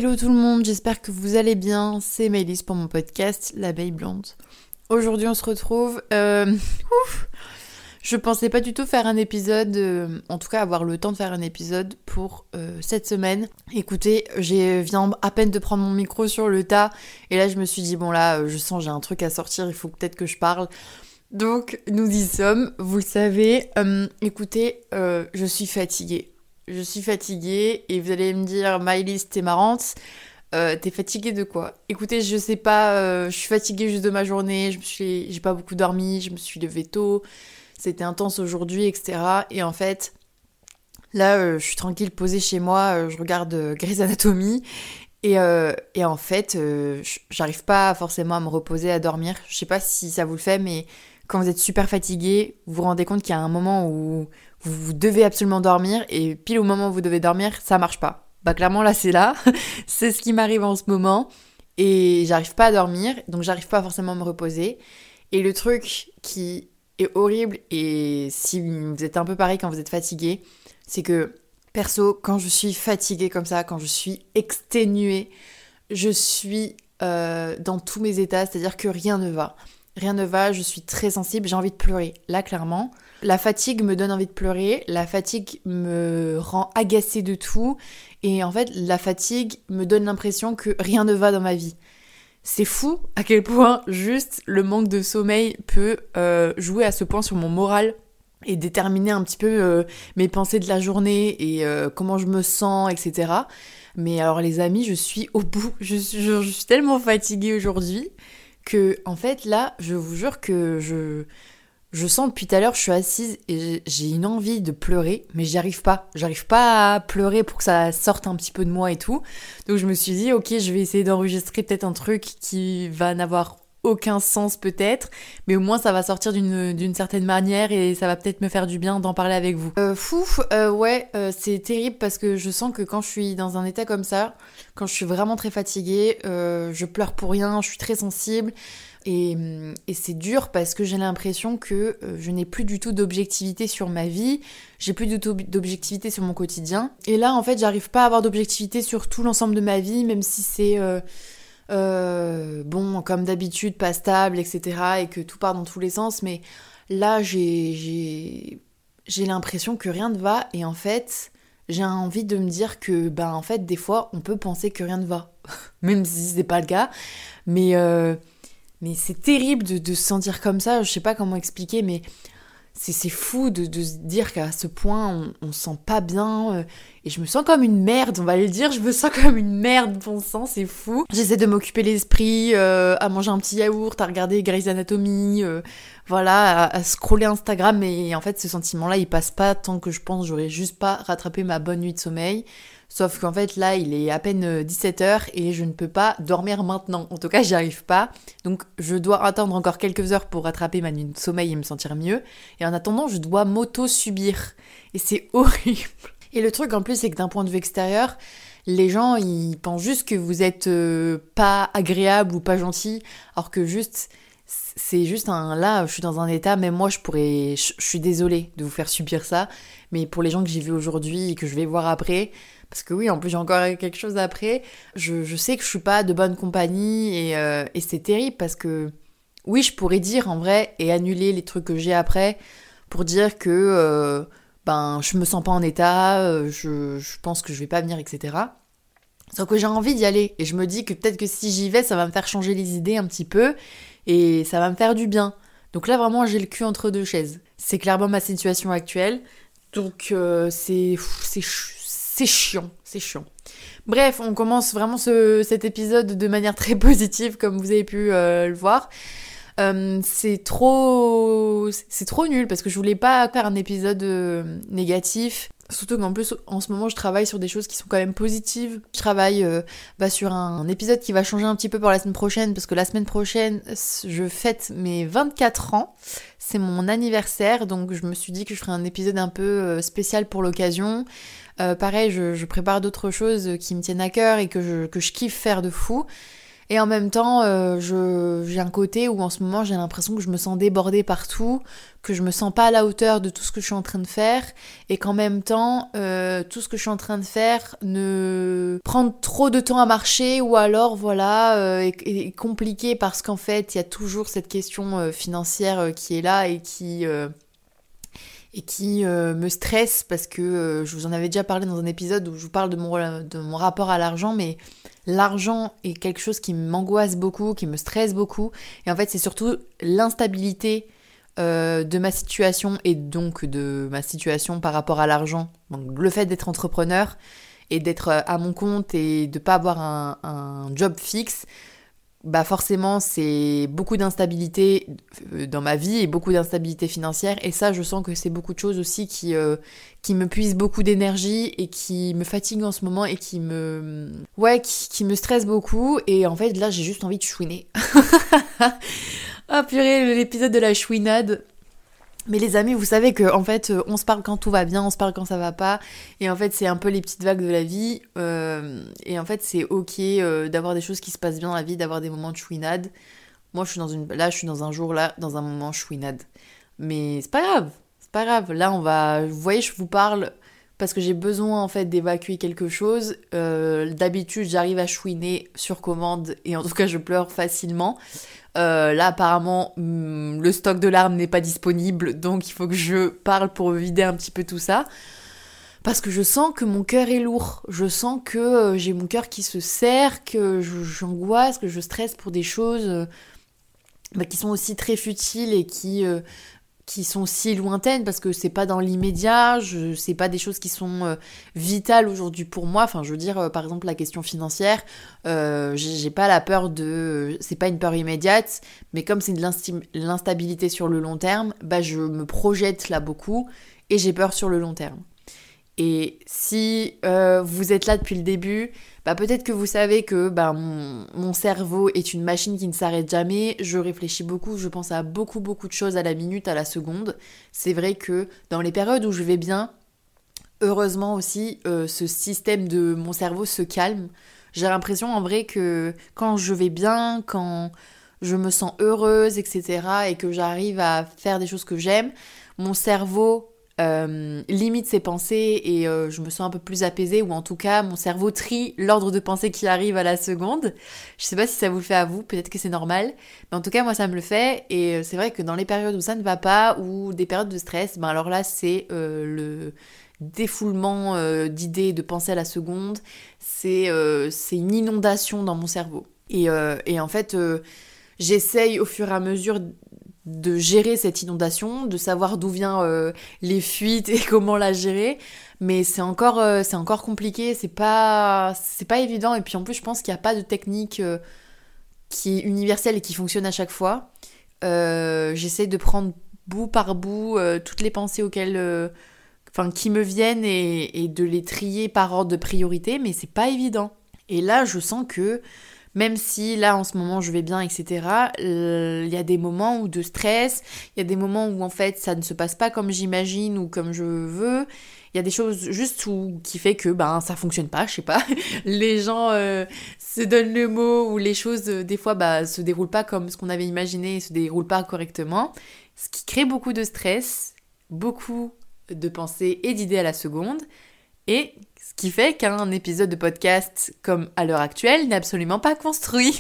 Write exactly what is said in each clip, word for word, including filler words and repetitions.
Hello tout le monde, j'espère que vous allez bien, c'est Maëlys pour mon podcast L'abeille blonde. Aujourd'hui on se retrouve, euh... ouf je pensais pas du tout faire un épisode, euh, en tout cas avoir le temps de faire un épisode pour euh, cette semaine. Écoutez, j'ai viens à peine de prendre mon micro sur le tas, et là je me suis dit bon là je sens j'ai un truc à sortir, il faut peut-être que je parle. Donc nous y sommes, vous le savez, euh, écoutez, euh, je suis fatiguée. Je suis fatiguée et vous allez me dire Maëlys t'es marrante, euh, t'es fatiguée de quoi? Écoutez, je sais pas, euh, je suis fatiguée juste de ma journée, je me suis, j'ai pas beaucoup dormi, je me suis levée tôt, c'était intense aujourd'hui, et cetera. Et en fait, là euh, je suis tranquille posée chez moi, euh, je regarde euh, Grey's Anatomy et, euh, et en fait euh, j'arrive pas forcément à me reposer, à dormir. Je sais pas si ça vous le fait, mais quand vous êtes super fatigué, vous vous rendez compte qu'il y a un moment où vous devez absolument dormir et pile au moment où vous devez dormir, ça marche pas. Bah clairement là c'est là, c'est ce qui m'arrive en ce moment et j'arrive pas à dormir, donc j'arrive pas forcément à me reposer. Et le truc qui est horrible, et si vous êtes un peu pareil quand vous êtes fatigué, c'est que perso, quand je suis fatiguée comme ça, quand je suis exténuée, je suis euh, dans tous mes états, c'est-à-dire que rien ne va. Rien ne va, je suis très sensible, j'ai envie de pleurer. Là, clairement, la fatigue me donne envie de pleurer, la fatigue me rend agacée de tout, et en fait, la fatigue me donne l'impression que rien ne va dans ma vie. C'est fou à quel point juste le manque de sommeil peut euh, jouer à ce point sur mon moral et déterminer un petit peu euh, mes pensées de la journée et euh, comment je me sens, et cetera. Mais alors les amis, je suis au bout, je suis, je, je suis tellement fatiguée aujourd'hui que, en fait, là, je vous jure que je, je sens depuis tout à l'heure, je suis assise et j'ai une envie de pleurer, mais j'y arrive pas. J'arrive pas à pleurer pour que ça sorte un petit peu de moi et tout. Donc je me suis dit, ok, je vais essayer d'enregistrer peut-être un truc qui va n'avoir aucun sens peut-être, mais au moins ça va sortir d'une, d'une certaine manière et ça va peut-être me faire du bien d'en parler avec vous. Euh, fou, euh, ouais, euh, c'est terrible parce que je sens que quand je suis dans un état comme ça, quand je suis vraiment très fatiguée, euh, je pleure pour rien, je suis très sensible et, et c'est dur parce que j'ai l'impression que euh, je n'ai plus du tout d'objectivité sur ma vie, j'ai plus du tout d'objectivité sur mon quotidien. Et là en fait j'arrive pas à avoir d'objectivité sur tout l'ensemble de ma vie, même si c'est... Euh, Euh, bon, comme d'habitude, pas stable, et cetera, et que tout part dans tous les sens, mais là, j'ai, j'ai, j'ai l'impression que rien ne va, et en fait, j'ai envie de me dire que, ben, en fait, des fois, on peut penser que rien ne va, même si c'est pas le cas, mais, euh, mais c'est terrible de, de se sentir comme ça, je sais pas comment expliquer, mais c'est, c'est fou de, de se dire qu'à ce point, on, on se sent pas bien, euh, et je me sens comme une merde, on va le dire, je me sens comme une merde, bon sang, c'est fou. J'essaie de m'occuper l'esprit, euh, à manger un petit yaourt, à regarder Grey's Anatomy, euh, voilà, à, à scroller Instagram, mais en fait, ce sentiment-là, il passe pas tant que je pense que j'aurais juste pas rattrapé ma bonne nuit de sommeil. Sauf qu'en fait, là, il est à peine dix-sept heures et je ne peux pas dormir maintenant. En tout cas, j'y arrive pas. Donc, je dois attendre encore quelques heures pour rattraper ma nuit de sommeil et me sentir mieux. Et en attendant, je dois m'auto-subir. Et c'est horrible. Et le truc, en plus, c'est que d'un point de vue extérieur, les gens, ils pensent juste que vous êtes euh, pas agréable ou pas gentil. Alors que juste... c'est juste un... Là, je suis dans un état, même moi, je pourrais... Je, je suis désolée de vous faire subir ça. Mais pour les gens que j'ai vus aujourd'hui et que je vais voir après... Parce que oui, en plus j'ai encore quelque chose après. Je, je sais que je suis pas de bonne compagnie et, euh, et c'est terrible parce que oui, je pourrais dire en vrai et annuler les trucs que j'ai après pour dire que euh, ben je me sens pas en état, euh, je, je pense que je vais pas venir, et cetera. Sauf que j'ai envie d'y aller et je me dis que peut-être que si j'y vais, ça va me faire changer les idées un petit peu et ça va me faire du bien. Donc là vraiment j'ai le cul entre deux chaises. C'est clairement ma situation actuelle. Donc euh, c'est c'est C'est chiant, c'est chiant. Bref, on commence vraiment ce, cet épisode de manière très positive, comme vous avez pu euh, le voir. Euh, c'est trop... C'est trop nul, parce que je voulais pas faire un épisode euh, négatif. Surtout qu'en plus, en ce moment, je travaille sur des choses qui sont quand même positives. Je travaille euh, bah, sur un, un épisode qui va changer un petit peu pour la semaine prochaine, parce que la semaine prochaine, je fête mes vingt-quatre ans. C'est mon anniversaire, donc je me suis dit que je ferais un épisode un peu euh, spécial pour l'occasion. Euh, pareil, je, je prépare d'autres choses qui me tiennent à cœur et que je, que je kiffe faire de fou. Et en même temps, euh, je, j'ai un côté où en ce moment j'ai l'impression que je me sens débordée partout, que je me sens pas à la hauteur de tout ce que je suis en train de faire, et qu'en même temps, euh, tout ce que je suis en train de faire ne prend trop de temps à marcher, ou alors voilà, euh, est, est compliqué parce qu'en fait il y a toujours cette question euh, financière euh, qui est là et qui... Euh, et qui euh, me stresse parce que euh, je vous en avais déjà parlé dans un épisode où je vous parle de mon, de mon rapport à l'argent, mais l'argent est quelque chose qui m'angoisse beaucoup, qui me stresse beaucoup, et en fait c'est surtout l'instabilité euh, de ma situation et donc de ma situation par rapport à l'argent, donc le fait d'être entrepreneur et d'être à mon compte et de pas avoir un, un job fixe, bah forcément c'est beaucoup d'instabilité dans ma vie et beaucoup d'instabilité financière, et ça je sens que c'est beaucoup de choses aussi qui, euh, qui me puisent beaucoup d'énergie et qui me fatiguent en ce moment et qui me ouais qui, qui me stressent beaucoup, et en fait là j'ai juste envie de chouiner. Ah purée, l'épisode de la chouinade. Mais les amis, vous savez que en fait, on se parle quand tout va bien, on se parle quand ça va pas, et en fait, c'est un peu les petites vagues de la vie. Euh, et en fait, c'est ok euh, d'avoir des choses qui se passent bien dans la vie, d'avoir des moments de chouinade. Moi, je suis dans une, là, je suis dans un jour là, dans un moment chouinade. Mais c'est pas grave, c'est pas grave. Là, on va, vous voyez, je vous parle parce que j'ai besoin en fait d'évacuer quelque chose. Euh, d'habitude, j'arrive à chouiner sur commande, et en tout cas, je pleure facilement. Euh, là apparemment hum, le stock de larmes n'est pas disponible, donc il faut que je parle pour vider un petit peu tout ça, parce que je sens que mon cœur est lourd, je sens que euh, j'ai mon cœur qui se serre, que je, j'angoisse, que je stresse pour des choses euh, bah, qui sont aussi très futiles et qui, euh, qui sont si lointaines, parce que c'est pas dans l'immédiat, je, c'est pas des choses qui sont euh, vitales aujourd'hui pour moi. Enfin, je veux dire, euh, par exemple, la question financière, euh, j'ai, j'ai pas la peur de... C'est pas une peur immédiate, mais comme c'est de l'insti- l'instabilité sur le long terme, bah je me projette là beaucoup, et j'ai peur sur le long terme. Et si euh, vous êtes là depuis le début, bah peut-être que vous savez que bah, mon, mon cerveau est une machine qui ne s'arrête jamais. Je réfléchis beaucoup, je pense à beaucoup beaucoup de choses à la minute, à la seconde. C'est vrai que dans les périodes où je vais bien, heureusement aussi, euh, ce système de mon cerveau se calme. J'ai l'impression en vrai que quand je vais bien, quand je me sens heureuse, et cetera, et que j'arrive à faire des choses que j'aime, mon cerveau euh, limite ses pensées, et euh, je me sens un peu plus apaisée, ou en tout cas mon cerveau trie l'ordre de pensée qui arrive à la seconde. Je sais pas si ça vous le fait à vous, peut-être que c'est normal, mais en tout cas moi ça me le fait, et c'est vrai que dans les périodes où ça ne va pas, ou des périodes de stress, ben alors là c'est euh, le défoulement euh, d'idées, de pensées à la seconde, c'est, euh, c'est une inondation dans mon cerveau. Et, euh, et en fait, euh, j'essaye au fur et à mesure de gérer cette inondation, de savoir d'où viennent euh, les fuites et comment la gérer, mais c'est encore, euh, c'est encore compliqué, c'est pas, c'est pas évident, et puis en plus je pense qu'il n'y a pas de technique euh, qui est universelle et qui fonctionne à chaque fois. Euh, j'essaie de prendre bout par bout euh, toutes les pensées auxquelles... Euh, enfin, qui me viennent, et, et de les trier par ordre de priorité, mais c'est pas évident. Et là, je sens que, même si là, en ce moment, je vais bien, et cetera, il euh, y a des moments où de stress, il y a des moments où, en fait, ça ne se passe pas comme j'imagine ou comme je veux. Il y a des choses juste où, qui fait que, ben, ça fonctionne pas, je sais pas. Les gens euh, se donnent le mot, ou les choses, euh, des fois, bah, se déroulent pas comme ce qu'on avait imaginé, et se déroulent pas correctement. Ce qui crée beaucoup de stress, beaucoup de pensées et d'idées à la seconde, et ce qui fait qu'un épisode de podcast comme à l'heure actuelle n'est absolument pas construit.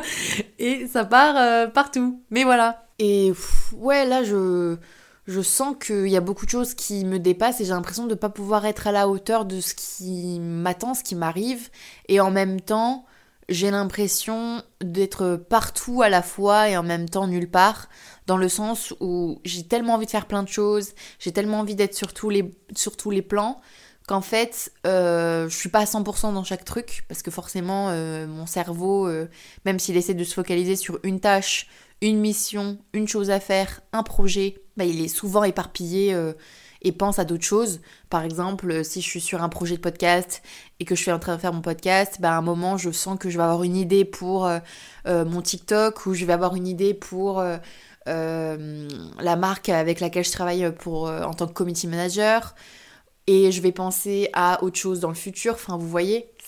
Et ça part euh, partout. Mais voilà. Et pff, ouais, là, je, je sens qu'il y a beaucoup de choses qui me dépassent, et j'ai l'impression de ne pas pouvoir être à la hauteur de ce qui m'attend, ce qui m'arrive. Et en même temps, j'ai l'impression d'être partout à la fois et en même temps nulle part, dans le sens où j'ai tellement envie de faire plein de choses, j'ai tellement envie d'être sur tous les, sur tous les plans, qu'en fait, euh, je suis pas à cent pour cent dans chaque truc, parce que forcément, euh, mon cerveau, euh, même s'il essaie de se focaliser sur une tâche, une mission, une chose à faire, un projet, bah, il est souvent éparpillé euh, et pense à d'autres choses. Par exemple, si je suis sur un projet de podcast et que je suis en train de faire mon podcast, bah à un moment, je sens que je vais avoir une idée pour euh, euh, mon TikTok, ou je vais avoir une idée pour... Euh, Euh, la marque avec laquelle je travaille pour, euh, en tant que community manager, et je vais penser à autre chose dans le futur. Enfin, vous voyez,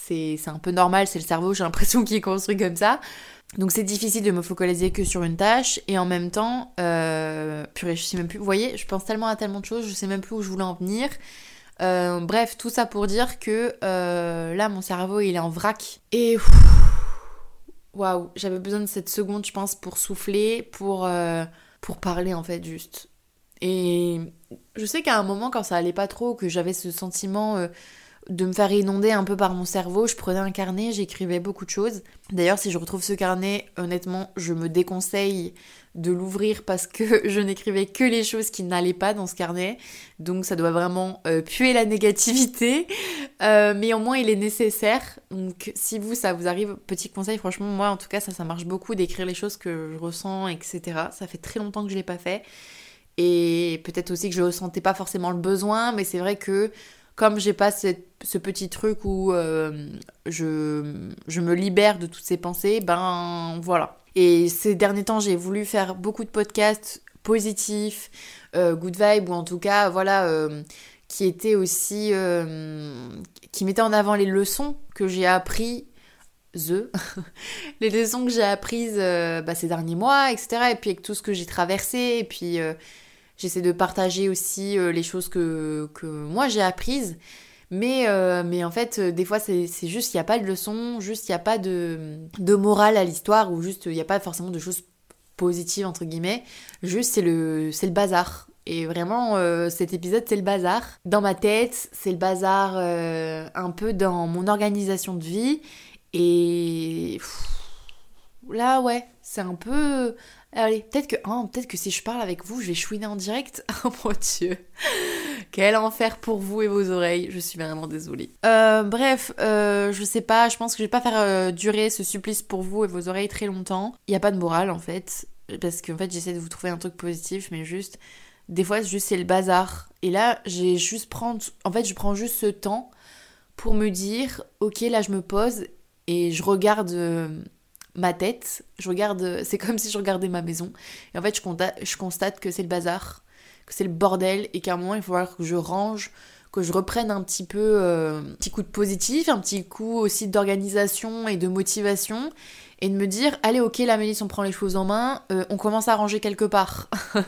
c'est, c'est un peu normal, c'est le cerveau, j'ai l'impression qu'il est construit comme ça. Donc c'est difficile de me focaliser que sur une tâche, et en même temps, euh, purée, je sais même plus, vous voyez, je pense tellement à tellement de choses, je sais même plus où je voulais en venir. Euh, bref, tout ça pour dire que euh, là, mon cerveau, il est en vrac. Et waouh, j'avais besoin de cette seconde, je pense, pour souffler, pour, euh, pour parler, en fait, juste. Et je sais qu'à un moment, quand ça allait pas trop, que j'avais ce sentiment euh, de me faire inonder un peu par mon cerveau, je prenais un carnet, j'écrivais beaucoup de choses. D'ailleurs, si je retrouve ce carnet, honnêtement, je me déconseille de l'ouvrir parce que je n'écrivais que les choses qui n'allaient pas dans ce carnet. Donc ça doit vraiment euh, puer la négativité. Euh, mais au moins, il est nécessaire. Donc si vous, ça vous arrive, petit conseil, franchement, moi, en tout cas, ça, ça marche beaucoup d'écrire les choses que je ressens, et cetera. Ça fait très longtemps que je l'ai pas fait. Et peut-être aussi que je ressentais pas forcément le besoin, mais c'est vrai que comme j'ai pas cette, ce petit truc où euh, je, je me libère de toutes ces pensées, ben voilà. Et ces derniers temps, j'ai voulu faire beaucoup de podcasts positifs, euh, good vibe, ou en tout cas, voilà, euh, qui étaient aussi... Euh, qui mettaient en avant les leçons que j'ai apprises, les leçons que j'ai apprises euh, bah, ces derniers mois, et cetera. Et puis avec tout ce que j'ai traversé, et puis... Euh, J'essaie de partager aussi euh, les choses que, que moi j'ai apprises. Mais, euh, mais en fait, euh, des fois, c'est, c'est juste, il n'y a pas de leçon, juste, il n'y a pas de, de morale à l'histoire, ou juste, il n'y a pas forcément de choses positives, entre guillemets. Juste, c'est le, c'est le bazar. Et vraiment, euh, cet épisode, c'est le bazar. Dans ma tête, c'est le bazar euh, un peu dans mon organisation de vie. Et pff, là, ouais, c'est un peu... Allez, peut-être que, oh, peut-être que si je parle avec vous, je vais chouiner en direct. Oh mon Dieu. Quel enfer pour vous et vos oreilles. Je suis vraiment désolée. Euh, bref, euh, je sais pas, je pense que je vais pas faire euh, durer ce supplice pour vous et vos oreilles très longtemps. Il y a pas de morale en fait, parce qu'en fait j'essaie de vous trouver un truc positif, mais juste, des fois juste c'est le bazar. Et là, j'ai juste prendre, en fait je prends juste ce temps pour me dire, ok là je me pose et je regarde... Euh, ma tête, je regarde, c'est comme si je regardais ma maison, et en fait je constate, je constate que c'est le bazar, que c'est le bordel, et qu'à un moment il faut falloir que je range, que je reprenne un petit peu, euh, un petit coup de positif, un petit coup aussi d'organisation et de motivation, et de me dire, allez ok la Mélisse, on prend les choses en main, euh, on commence à ranger quelque part,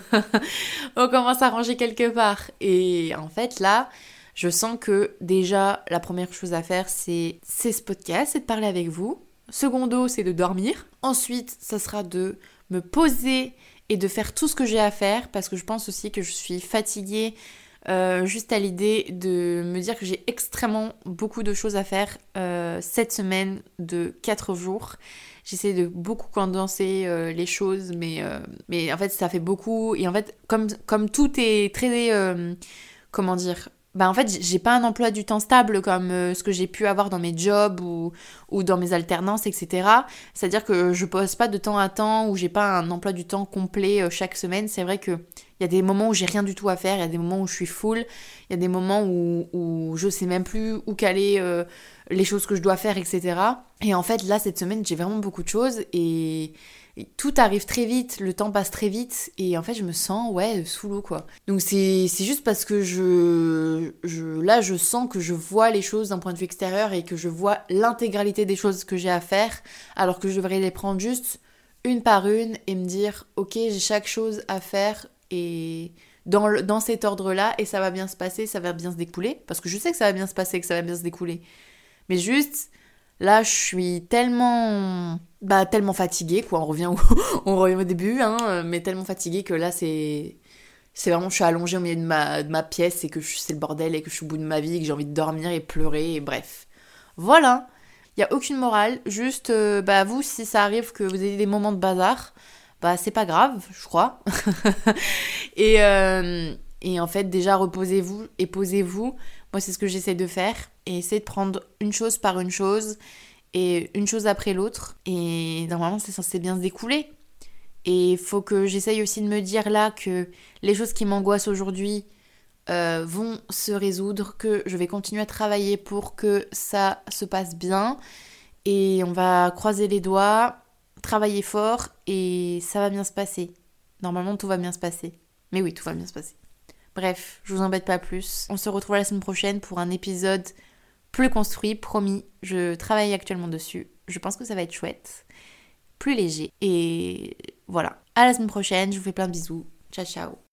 on commence à ranger quelque part, et en fait là, je sens que déjà la première chose à faire c'est, c'est ce podcast, c'est de parler avec vous. Secondo, c'est de dormir. Ensuite, ça sera de me poser et de faire tout ce que j'ai à faire, parce que je pense aussi que je suis fatiguée euh, juste à l'idée de me dire que j'ai extrêmement beaucoup de choses à faire euh, cette semaine de quatre jours. J'essaie de beaucoup condenser euh, les choses, mais, euh, mais en fait ça fait beaucoup. Et en fait, comme, comme tout est très... Euh, comment dire ? Bah en fait j'ai pas un emploi du temps stable comme euh, ce que j'ai pu avoir dans mes jobs ou, ou dans mes alternances, et cetera. C'est-à-dire que je pose pas de temps à temps, ou j'ai pas un emploi du temps complet euh, chaque semaine. C'est vrai que il y a des moments où j'ai rien du tout à faire, il y a des moments où je suis full, il y a des moments où, où je sais même plus où caler euh, les choses que je dois faire, et cetera. Et en fait là cette semaine j'ai vraiment beaucoup de choses, et... Et tout arrive très vite, le temps passe très vite, et en fait je me sens ouais sous l'eau quoi. Donc c'est, c'est juste parce que je, je là je sens que je vois les choses d'un point de vue extérieur, et que je vois l'intégralité des choses que j'ai à faire, alors que je devrais les prendre juste une par une et me dire ok j'ai chaque chose à faire, et dans, le, dans cet ordre là, et ça va bien se passer, ça va bien se découler, parce que je sais que ça va bien se passer, que ça va bien se découler. Mais juste... Là, je suis tellement, bah, tellement fatiguée, quoi. On revient au, on revient au début, hein, mais tellement fatiguée que là, c'est, c'est vraiment, je suis allongée au milieu de ma, de ma pièce, et que je, c'est le bordel, et que je suis au bout de ma vie, et que j'ai envie de dormir et pleurer, et bref. Voilà. Il n'y a aucune morale. Juste, euh, bah, vous, si ça arrive que vous ayez des moments de bazar, bah, c'est pas grave, je crois. et, euh, et en fait, déjà, reposez-vous et posez-vous. Moi, c'est ce que j'essaie de faire, et essayer de prendre une chose par une chose, et une chose après l'autre, et normalement, c'est censé bien se découler. Et il faut que j'essaye aussi de me dire là que les choses qui m'angoissent aujourd'hui euh, vont se résoudre, que je vais continuer à travailler pour que ça se passe bien, et on va croiser les doigts, travailler fort, et ça va bien se passer. Normalement, tout va bien se passer. Mais oui, tout va bien se passer. Bref, je vous embête pas plus. On se retrouve la semaine prochaine pour un épisode plus construit, promis. Je travaille actuellement dessus. Je pense que ça va être chouette, plus léger. Et voilà. À la semaine prochaine, je vous fais plein de bisous. Ciao, ciao.